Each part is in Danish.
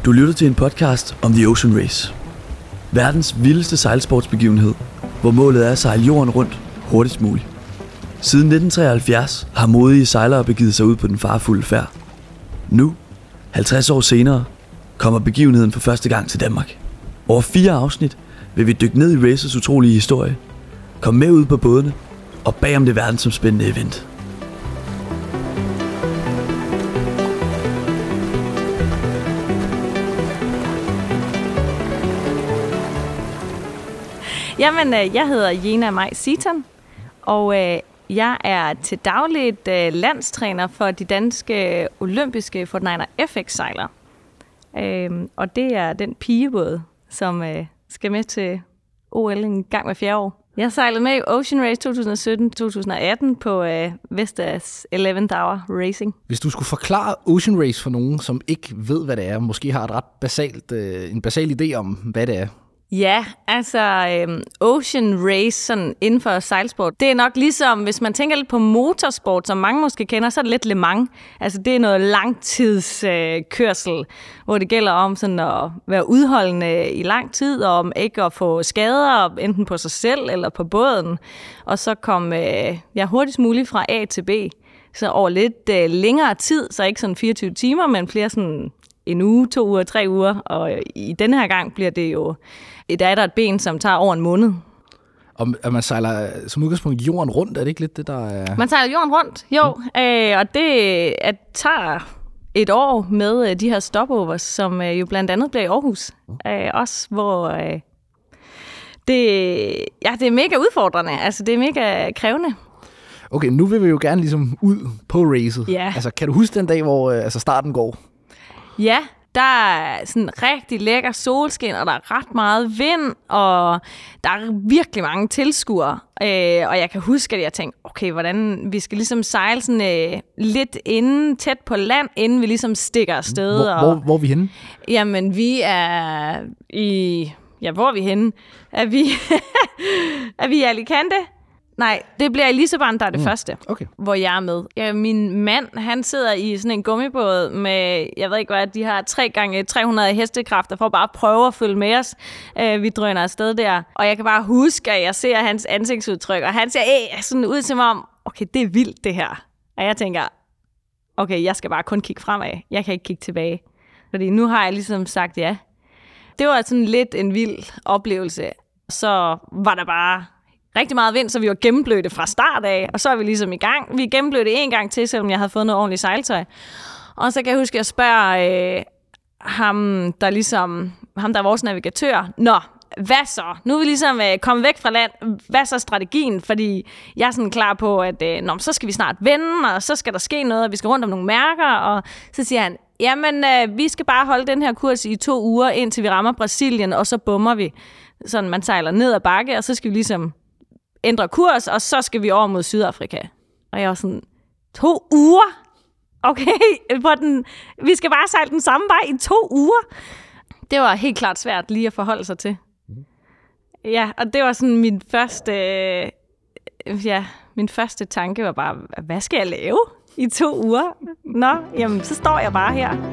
Du lytter til en podcast om The Ocean Race. Verdens vildeste sejlsportsbegivenhed, hvor målet er at sejle jorden rundt hurtigst muligt. Siden 1973 har modige sejlere begivet sig ud på den farefulde færd. Nu, 50 år senere, kommer begivenheden for første gang til Danmark. Over 4 afsnit vil vi dykke ned i racets utrolige historie, komme med ud på bådene og bag om det verdensomspændende event. Jamen, jeg hedder Jena Maj Siton, og jeg er til dagligt landstræner for de danske olympiske Fortniner FX-sejlere. Og det er den pigebåd, som skal med til OL en gang hver 4 år. Jeg sejlede med i Ocean Race 2017-2018 på Vestas 11 Hour Racing. Hvis du skulle forklare Ocean Race for nogen, som ikke ved, hvad det er, måske har et ret en basal idé om, hvad det er. Ja, altså Ocean Race sådan inden for sejlsport, det er nok ligesom, hvis man tænker lidt på motorsport, som mange måske kender, så er det lidt Le Mans. Altså det er noget langtidskørsel, hvor det gælder om sådan at være udholdende i lang tid, og om ikke at få skader, enten på sig selv eller på båden. Og så kom hurtigst muligt fra A til B, så over lidt længere tid, så ikke sådan 24 timer, men flere sådan en uge, 2 uger, 3 uger, og i denne her gang bliver det jo et ben, som tager over en måned. Og man sejler som udgangspunkt jorden rundt, er det ikke lidt det, der er? Man sejler jorden rundt, jo, og det tager et år med de her stopovers, som jo blandt andet bliver i Aarhus. Også hvor det er mega udfordrende, altså det er mega krævende. Okay, nu vil vi jo gerne ligesom ud på racet. Ja. Altså, kan du huske den dag, hvor starten går? Ja, der er sådan rigtig lækker solskin, og der er ret meget vind, og der er virkelig mange tilskuere. Og jeg kan huske, at jeg tænkte, okay, hvordan vi skal ligesom sejle sådan lidt tæt på land, inden vi ligesom stikker afsted. Hvor er vi henne? Jamen, vi er i... Ja, hvor er vi henne? Er vi i Alicante? Nej, det bliver i Lissabon, der er det første, hvor jeg er med. Ja, min mand, han sidder i sådan en gummibåd med, jeg ved ikke hvad, de har 3x300 hestekræfter for at bare prøve at følge med os. Vi drøner afsted der, og jeg kan bare huske, at jeg ser hans ansigtsudtryk, og han ser sådan ud som om, okay, det er vildt det her. Og jeg tænker, okay, jeg skal bare kun kigge fremad. Jeg kan ikke kigge tilbage. Fordi nu har jeg ligesom sagt ja. Det var sådan lidt en vild oplevelse. Så var der bare rigtig meget vind, så vi var gennemblødte fra start af, og så er vi ligesom i gang. Vi er gennemblødte en gang til, selvom jeg havde fået noget ordentligt sejltøj. Og så kan jeg huske, at jeg spørger ham, der er vores navigatør, nå, hvad så? Nu er vi ligesom kommet væk fra land. Hvad så strategien? Fordi jeg er sådan klar på, at så skal vi snart vende, og så skal der ske noget, og vi skal rundt om nogle mærker. Og så siger han, jamen, vi skal bare holde den her kurs i 2 uger, indtil vi rammer Brasilien, og så bommer vi. Sådan, man sejler ned ad bakke, og så skal vi ligesom ændre kurs, og så skal vi over mod Sydafrika. Og jeg var sådan, 2 uger? Okay, vi skal bare sejle den samme vej i 2 uger. Det var helt klart svært lige at forholde sig til. Ja, og det var sådan min første tanke var bare, hvad skal jeg lave i 2 uger? Nå, jamen, så står jeg bare her.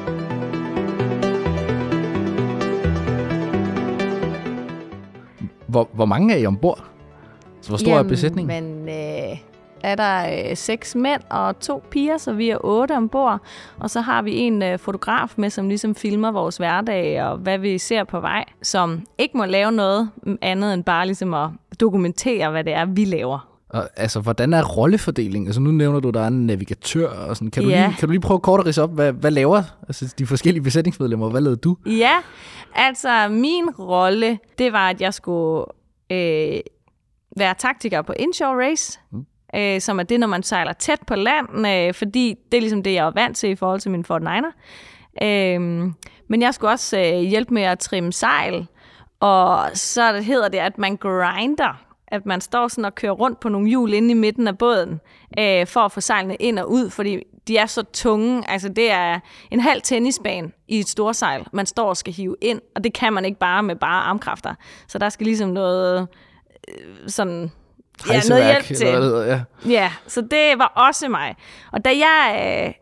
Hvor mange er I ombord? Så hvor stor er besætningen? Men er der 6 mænd og 2 piger, så vi er 8 ombord. Og så har vi en fotograf med, som ligesom filmer vores hverdag og hvad vi ser på vej, som ikke må lave noget andet end bare ligesom at dokumentere, hvad det er, vi laver. Og, altså, hvordan er rollefordelingen? Altså, nu nævner du, der er en navigatør og sådan. Kan du lige prøve kort at ridse op, hvad laver de forskellige besætningsmedlemmer? Hvad lavede du? Ja, altså min rolle, det var, at jeg skulle være taktiker på inshore race, som er det, når man sejler tæt på land, fordi det er ligesom det, jeg er vant til i forhold til min Fortniner. Men jeg skulle også hjælpe med at trimme sejl, og så hedder det, at man grinder, at man står sådan og kører rundt på nogle hjul inde i midten af båden, for at få sejlene ind og ud, fordi de er så tunge. Altså det er en halv tennisbane i et storsejl, man står og skal hive ind, og det kan man ikke bare med bare armkræfter. Så der skal ligesom noget sådan noget hjælp til. Eller hvad det hedder, ja. Ja, så det var også mig. Og da jeg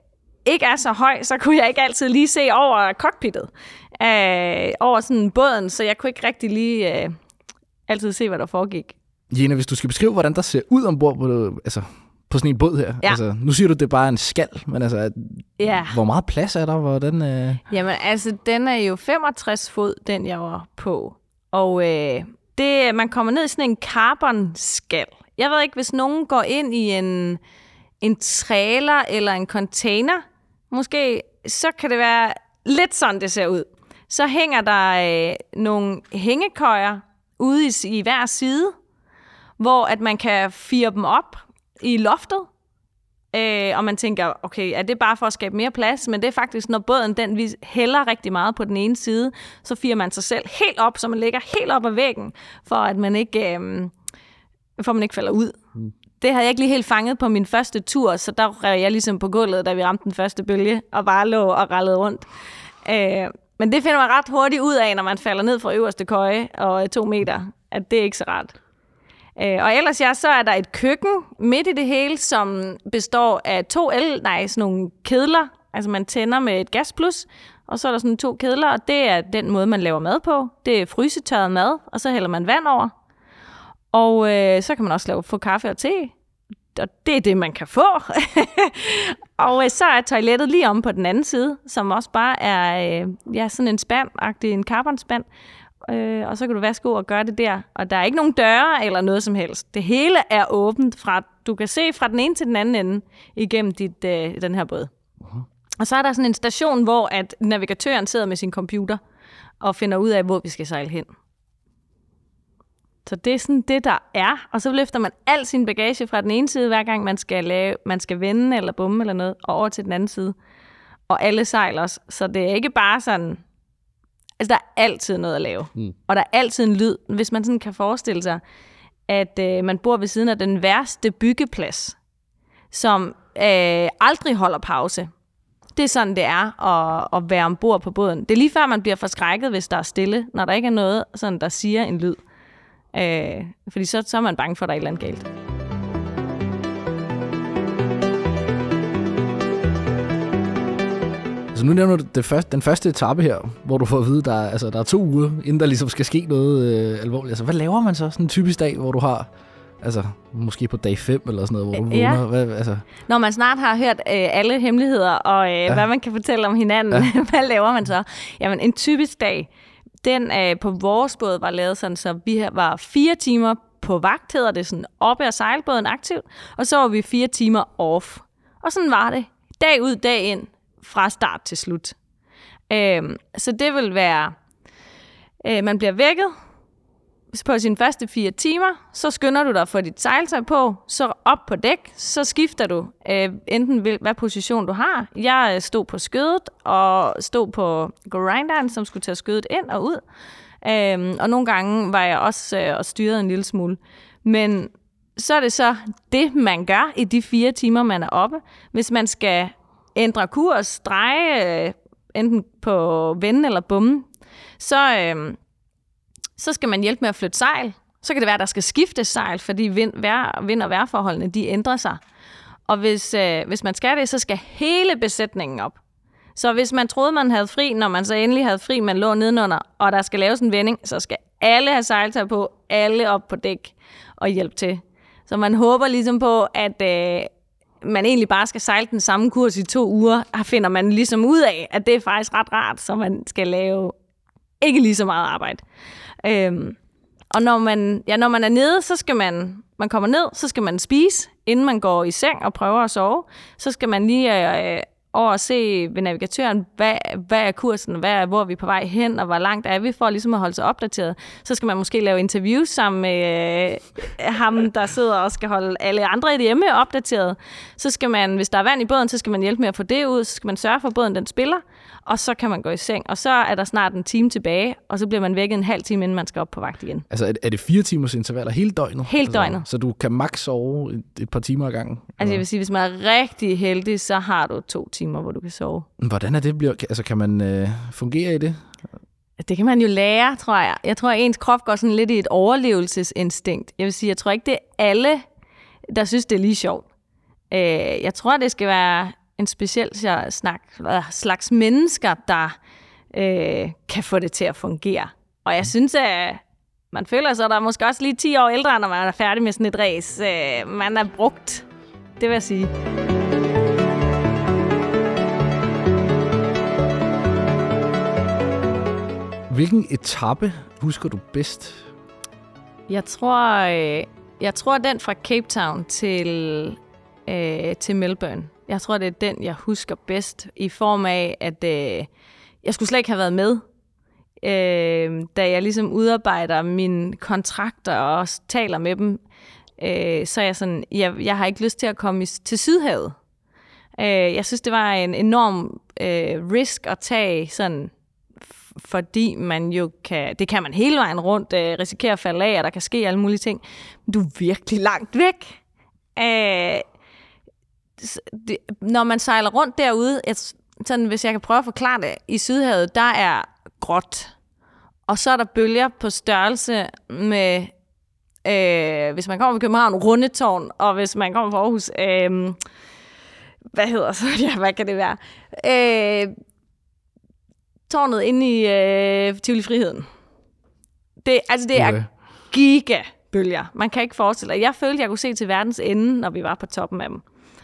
ikke er så høj, så kunne jeg ikke altid lige se over cockpittet, over sådan båden, så jeg kunne ikke rigtig lige altid se, hvad der foregik. Jena, hvis du skal beskrive, hvordan der ser ud ombord på sådan en båd her. Ja. Altså, nu siger du, det er bare en skal, men altså, hvor meget plads er der? Hvordan, Jamen, altså, den er jo 65 fod, den jeg var på. Og man kommer ned i sådan en carbon-skal. Jeg ved ikke, hvis nogen går ind i en trailer eller en container, måske, så kan det være lidt sådan, det ser ud. Så hænger der nogle hængekøjer ude i hver side, hvor at man kan fire dem op i loftet, og man tænker, okay, er det bare for at skabe mere plads? Men det er faktisk, når båden den hælder rigtig meget på den ene side, så firer man sig selv helt op, så man ligger helt op ad væggen, for at man ikke, falder ud. Det havde jeg ikke lige helt fanget på min første tur, så der rev jeg ligesom på gulvet, da vi ramte den første bølge, og bare lå og rallede rundt. Men det finder man ret hurtigt ud af, når man falder ned fra øverste køje og 2 meter, at det er ikke så rart. Og ellers så er der et køkken midt i det hele, som består af sådan nogle kedler. Altså man tænder med et gasplus, og så er der sådan 2 kedler, og det er den måde, man laver mad på. Det er frysetørret mad, og så hælder man vand over. Og så kan man også få kaffe og te, og det er det, man kan få. Og så er toilettet lige om på den anden side, som også bare er sådan en spand-agtig, en carbonspand. Og så kan du værsgo og gøre det der. Og der er ikke nogen døre eller noget som helst. Det hele er åbent. Du kan se fra den ene til den anden ende igennem den her båd. Og så er der sådan en station, hvor at navigatøren sidder med sin computer og finder ud af, hvor vi skal sejle hen. Så det er sådan det, der er. Og så løfter man al sin bagage fra den ene side, hver gang man skal vende eller bomme eller noget, og over til den anden side. Og alle sejler også. Så det er ikke bare sådan... Altså, der er altid noget at lave. Og der er altid en lyd. Hvis man sådan kan forestille sig, at man bor ved siden af den værste byggeplads, som aldrig holder pause. Det er sådan, det er at være ombord på båden. Det er lige før, man bliver forskrækket, hvis der er stille, når der ikke er noget, sådan, der siger en lyd. Fordi så er man bange for, at der er et eller andet galt. Så nu nævner du den første etape her, hvor du får at vide, der er 2 uger, inden der ligesom skal ske noget alvorligt. Altså, hvad laver man så sådan en typisk dag, hvor du har, måske på dag 5 eller sådan noget, hvor du vågner? Når man snart har hørt alle hemmeligheder, og hvad man kan fortælle om hinanden, hvad laver man så? Jamen, en typisk dag, den på vores båd var lavet sådan, så vi var 4 timer på vagt, hedder det sådan, oppe af sejlbåden aktivt, og så var vi 4 timer off. Og sådan var det, dag ud, dag ind, fra start til slut. Så det vil være, man bliver vækket på sine første 4 timer, så skynder du dig at få dit sejltøj på, så op på dæk, så skifter du enten hvad position du har. Jeg stod på skødet og stod på grinderen, som skulle tage skødet ind og ud. Og nogle gange var jeg også og styrede en lille smule. Men så er det så det, man gør i de 4 timer, man er oppe. Hvis man skal ændre kurs, dreje enten på vende eller bomme, så skal man hjælpe med at flytte sejl. Så kan det være, at der skal skiftes sejl, fordi vind- og vejrforholdene de ændrer sig. Og hvis man skal det, så skal hele besætningen op. Så hvis man troede, man havde fri, når man så endelig havde fri, man lå nedenunder, og der skal laves en vending, så skal alle have sejltøj på, alle op på dæk og hjælpe til. Så man håber ligesom på, at man egentlig bare skal sejle den samme kurs i 2 uger, finder man ligesom ud af, at det er faktisk ret rart, så man skal lave ikke lige så meget arbejde. Og når man er nede, så skal man kommer ned, så skal man spise, inden man går i seng og prøver at sove. Så skal man lige over at se ved navigatøren, hvad er kursen, hvor er vi på vej hen, og hvor langt er vi, for ligesom at holde sig opdateret. Så skal man måske lave interviews sammen med ham, der sidder og skal holde alle andre hjemme opdateret. Så skal man, hvis der er vand i båden, så skal man hjælpe med at få det ud, så skal man sørge for, at båden den spiller, og så kan man gå i seng. Og så er der snart en time tilbage, og så bliver man vækket en halv time, inden man skal op på vagt igen. Altså er det 4 timers intervaller hele døgnet? Hele døgnet. Så du kan maks sove et par timer ad gangen? Altså jeg vil sige, hvis man er rigtig heldig, så har du 2 timer, hvor du kan sove. Hvordan er det? Altså kan man fungere i det? Det kan man jo lære, tror jeg. Jeg tror, at ens krop går sådan lidt i et overlevelsesinstinkt. Jeg vil sige, jeg tror ikke, det er alle, der synes, det er lige sjovt. Jeg tror, det skal være en speciel slags mennesker, der kan få det til at fungere. Og jeg synes, at man føler sig, der er måske også lige 10 år ældre, når man er færdig med sådan et race. Man er brugt, det vil jeg sige. Hvilken etape husker du bedst? Jeg tror den fra Cape Town til Melbourne. Jeg tror, det er den, jeg husker bedst, i form af, at jeg skulle slet ikke have været med, da jeg ligesom udarbejder mine kontrakter og også taler med dem. Så er jeg sådan, jeg har ikke lyst til at komme til Sydhavet. Jeg synes, det var en enorm risk at tage, sådan, fordi man jo det kan man hele vejen rundt, risikere at falde af, og der kan ske alle mulige ting. Men du er virkelig langt væk. Når man sejler rundt derude, sådan, hvis jeg kan prøve at forklare det, i Sydhavet, der er gråt. Og så er der bølger på størrelse med, hvis man kommer fra København, Rundetårn, og hvis man kommer fra Aarhus, hvad kan det være? Tårnet inde i Tivoli Friheden. Det er gigabølger. Man kan ikke forestille sig. Jeg følte, jeg kunne se til verdens ende, når vi var på toppen af dem.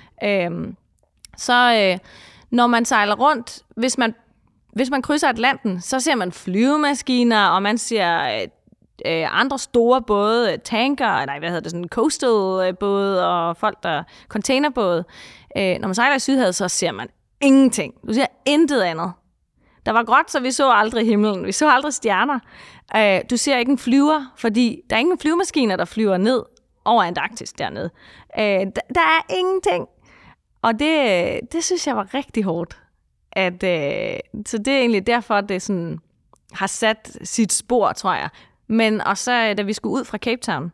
Når man sejler rundt, hvis man krydser Atlanten, så ser man flyvemaskiner, og man ser andre store både, tanker, sådan coastal både, og folk, der containerbåde. Når man sejler i Sydhavet, så ser man ingenting. Du ser intet andet. Der var gråt, så vi så aldrig himlen. Vi så aldrig stjerner. Du ser ikke en flyver, fordi der er ingen flyvemaskiner, der flyver ned over Antarktis dernede. Der er ingenting. Og det synes jeg var rigtig hårdt. Så det er egentlig derfor, at det sådan har sat sit spor, tror jeg. Men også da vi skulle ud fra Cape Town.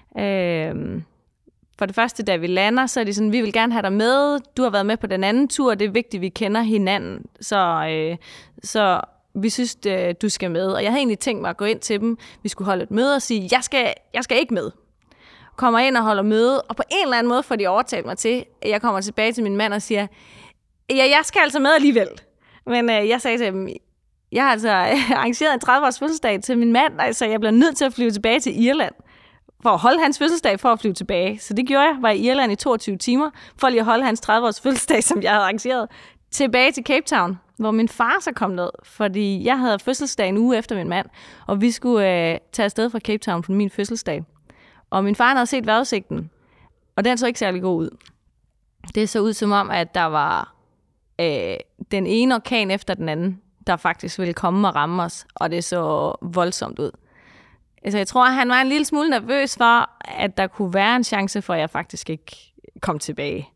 For det første, da vi lander, så er det sådan, vi vil gerne have dig med. Du har været med på den anden tur, det er vigtigt, vi kender hinanden. Så vi synes, du skal med. Og jeg havde egentlig tænkt mig at gå ind til dem. Vi skulle holde et møde og sige, jeg skal ikke med. Kommer ind og holder møde, og på en eller anden måde får de overtalt mig til, at jeg kommer tilbage til min mand og siger, jeg skal altså med alligevel. Men jeg sagde til dem, jeg har altså arrangeret en 30-års fødselsdag til min mand, så jeg bliver nødt til at flyve tilbage til Irland, for at holde hans fødselsdag for at flyve tilbage. Så det gjorde jeg, var i Irland i 22 timer, for lige at holde hans 30-års fødselsdag, som jeg havde arrangeret, tilbage til Cape Town, hvor min far så kom ned, fordi jeg havde fødselsdag en uge efter min mand, og vi skulle tage afsted fra Cape Town på min fødselsdag. Og min far havde set vejrudsigten, og den så ikke særlig god ud. Det så ud som om, at der var den ene orkan efter den anden, der faktisk ville komme og ramme os, og det så voldsomt ud. Altså, jeg tror, at han var en lille smule nervøs for, at der kunne være en chance for, at jeg faktisk ikke kom tilbage.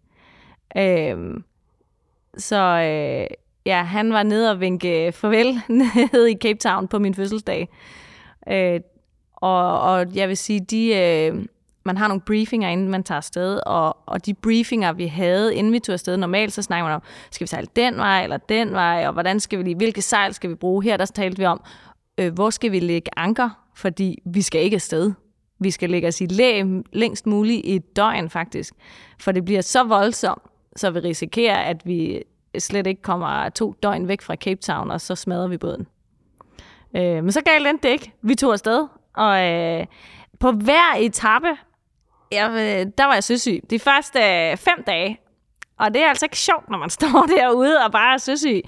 Han var nede og vinke farvel nede i Cape Town på min fødselsdag. Og jeg vil sige, man har nogle briefinger, inden man tager afsted, og de briefinger, vi havde, inden vi tog afsted, normalt så snakker man om, skal vi sejle den vej eller den vej, og hvordan skal vi hvilke sejl skal vi bruge? Her der talte vi om, hvor skal vi lægge anker, fordi vi skal ikke afsted. Vi skal lægge os i læ længst muligt i et døgn faktisk, for det bliver så voldsomt, så vi risikerer, at vi slet ikke kommer 2 døgn væk fra Cape Town, og så smadrer vi båden. Men så galt endte det ikke. Vi tog afsted, og på hver etape, der var jeg søsyg. De første 5 dage. Og det er altså ikke sjovt, når man står derude og bare er søsyg.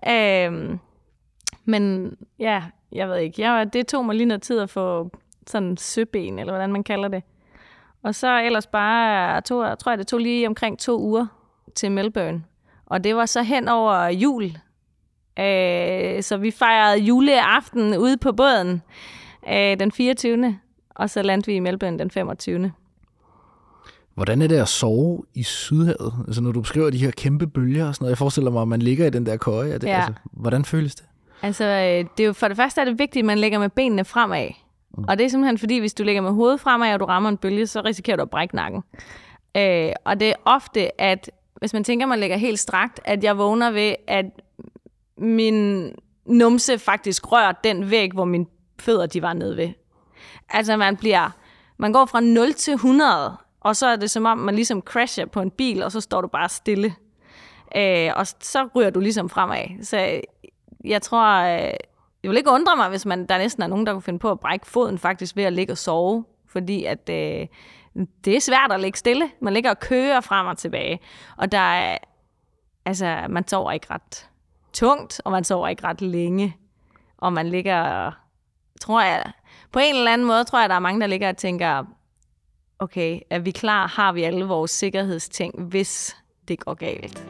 Men ja, jeg ved ikke. Det tog mig lige noget tid at få sådan søben, eller hvordan man kalder det. Og så ellers bare, tror jeg, det tog lige omkring 2 uger til Melbourne. Og det var så hen over jul. Så vi fejrede juleaften ude på båden den 24. Og så landte vi i Melbourne den 25. Hvordan er det at sove i Sydhavet? Altså når du beskriver de her kæmpe bølger og sådan noget. Jeg forestiller mig, at man ligger i den der køje. Altså, hvordan føles det? Altså, det er jo, for det første er det vigtigt, at man lægger med benene fremad. Og det er simpelthen fordi, hvis du lægger med hovedet fremad, og du rammer en bølge, så risikerer du at brække nakken. Og det er ofte, at hvis man tænker, man ligger helt strakt, at jeg vågner ved, at min numse faktisk rører den væg, hvor mine fødder de var nede ved. Altså man går fra 0 til 100, og så er det som om, man ligesom crasher på en bil, og så står du bare stille. Og så ryger du ligesom fremad. Så jeg tror, jeg vil ikke undre mig, hvis der næsten er nogen, der kunne finde på at brække foden faktisk ved at ligge og sove. Fordi at det er svært at ligge stille. Man ligger og kører frem og tilbage. Og der er, altså, man sover ikke ret tungt, og man sover ikke ret længe. Og man ligger, tror jeg, på en eller anden måde, tror jeg, der er mange, der ligger og tænker, okay, er vi klar? Har vi alle vores sikkerhedsting, hvis det går galt?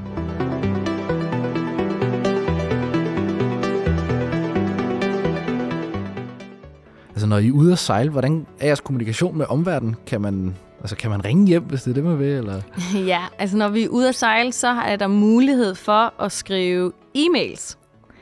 Altså, når I er ude at sejle, hvordan er jeres kommunikation med omverdenen? Kan man ringe hjem, hvis det er det, man vil? Eller? Ja, altså når vi er ude at sejle, så er der mulighed for at skrive e-mails.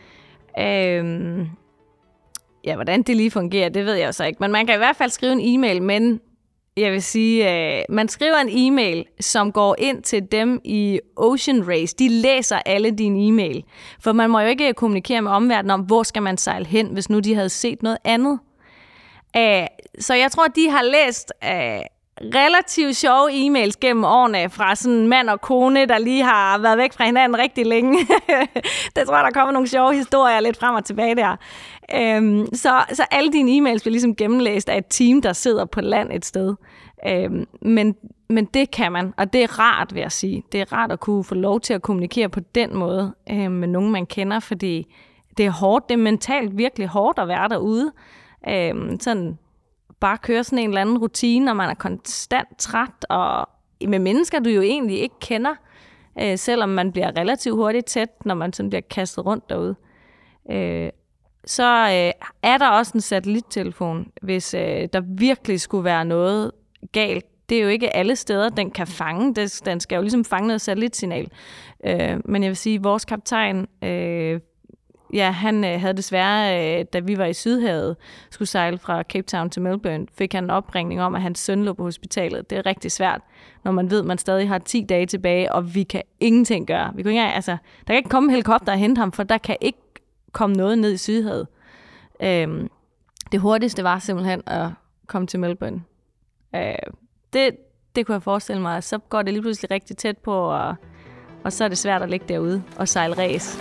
Ja, hvordan det lige fungerer, det ved jeg så ikke. Men man kan i hvert fald skrive en e-mail, men jeg vil sige, man skriver en e-mail, som går ind til dem i Ocean Race. De læser alle dine e-mail. For man må jo ikke kommunikere med omverdenen om, hvor skal man sejle hen, hvis nu de havde set noget andet. Så jeg tror, de har læst relativt sjove e-mails gennem årene fra sådan en mand og kone, der lige har været væk fra hinanden rigtig længe. Det tror jeg, der kommer nogle sjove historier lidt frem og tilbage der. Så alle dine e-mails bliver ligesom gennemlæst af et team, der sidder på land et sted. Men det kan man, og det er rart, vil jeg sige. Det er rart at kunne få lov til at kommunikere på den måde med nogen, man kender, fordi det er hårdt. Det er mentalt virkelig hårdt at være derude. Sådan bare køre sådan en eller anden rutine, når man er konstant træt, og med mennesker, du jo egentlig ikke kender, selvom man bliver relativt hurtigt tæt, når man sådan bliver kastet rundt derude. Så er der også en satellittelefon, hvis der virkelig skulle være noget galt. Det er jo ikke alle steder, den kan fange. Den skal jo ligesom fange noget satellitsignal. Men jeg vil sige, at vores kaptajn, han havde desværre, da vi var i Sydhavet, skulle sejle fra Cape Town til Melbourne, fik han en opringning om, at hans søn lå på hospitalet. Det er rigtig svært, når man ved, at man stadig har 10 dage tilbage, og vi kan ingenting gøre. Vi kan ikke, der kan ikke komme en helikopter og hente ham, for der kan ikke komme noget ned i Sydhavet. Det hurtigste var simpelthen at komme til Melbourne. Det kunne jeg forestille mig. Så går det lige pludselig rigtig tæt på, og så er det svært at ligge derude og sejle ræs.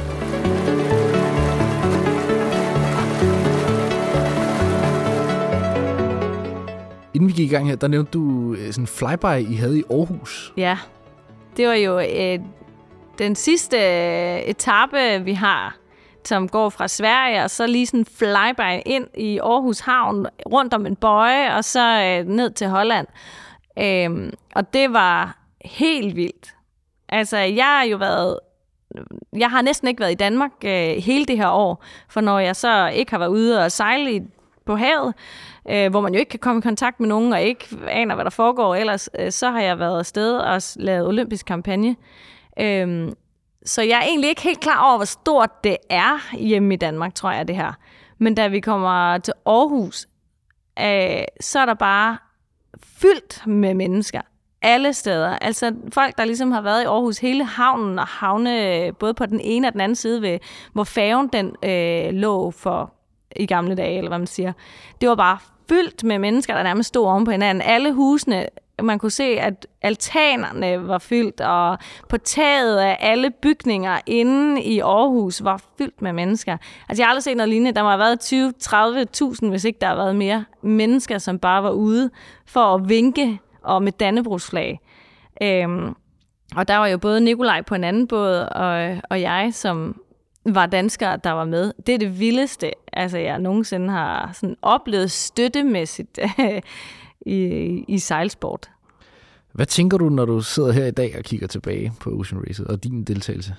Inden vi gik i gang her, der nævnte du sådan en flyby, I havde i Aarhus. Ja, det var jo den sidste etape, vi har, som går fra Sverige, og så lige sådan en flyby ind i Aarhus Havn, rundt om en bøje, og så ned til Holland. Og det var helt vildt. Altså, jeg har næsten ikke været i Danmark hele det her år, for når jeg så ikke har været ude og sejle på havet, hvor man jo ikke kan komme i kontakt med nogen, og ikke aner, hvad der foregår ellers, så har jeg været afsted og lavet olympisk kampagne. Så jeg er egentlig ikke helt klar over, hvor stort det er hjemme i Danmark, tror jeg, det her. Men da vi kommer til Aarhus, så er der bare fyldt med mennesker alle steder. Altså folk, der ligesom har været i Aarhus, hele havnen og havne, både på den ene og den anden side, hvor færgen den lå for i gamle dage, eller hvad man siger. Det var bare fyldt med mennesker, der nærmest stod oven på hinanden. Alle husene, man kunne se, at altanerne var fyldt, og på taget af alle bygninger inde i Aarhus var fyldt med mennesker. Altså, jeg har aldrig set noget lignende. Der må have været 20-30.000, hvis ikke der har været mere mennesker, som bare var ude for at vinke og med dannebrogsflag. Og der var jo både Nikolaj på en anden båd, og jeg, som var danskere, der var med. Det er det vildeste, altså jeg nogensinde har sådan oplevet støttemæssigt i sejlsport. Hvad tænker du, når du sidder her i dag og kigger tilbage på Ocean Race og din deltagelse?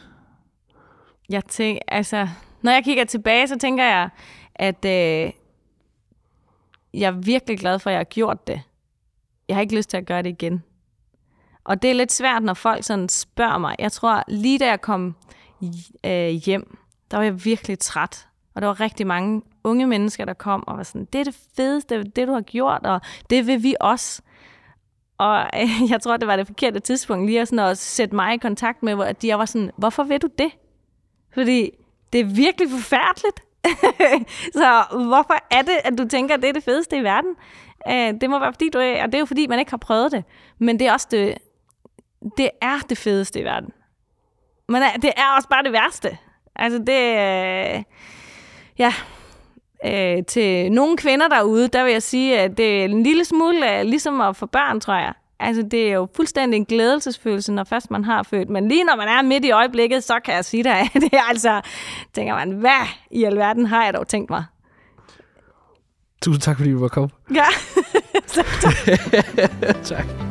Når jeg kigger tilbage, så tænker jeg, at jeg er virkelig glad for, at jeg har gjort det. Jeg har ikke lyst til at gøre det igen. Og det er lidt svært, når folk sådan spørger mig. Jeg tror, lige da jeg kom hjem, der var jeg virkelig træt. Og der var rigtig mange unge mennesker, der kom og var sådan, det er det fedeste, det du har gjort, og det vil vi også. Og jeg tror, det var det forkerte tidspunkt lige at sætte mig i kontakt med, hvor jeg var sådan, hvorfor vil du det? Fordi det er virkelig forfærdeligt. Så hvorfor er det, at du tænker, at det er det fedeste i verden? Det må være fordi, og det er jo fordi, man ikke har prøvet det. Men det er også det er det fedeste i verden. Men det er også bare det værste. Altså det... til nogle kvinder derude, der vil jeg sige, at det er en lille smule ligesom at få børn, tror jeg. Altså, det er jo fuldstændig en glædelsesfølelse, når først man har født. Men lige når man er midt i øjeblikket, så kan jeg sige dig, at det er altså, tænker man, hvad i alverden har jeg dog tænkt mig? Tusind tak, fordi du var kommet. Ja. Tak.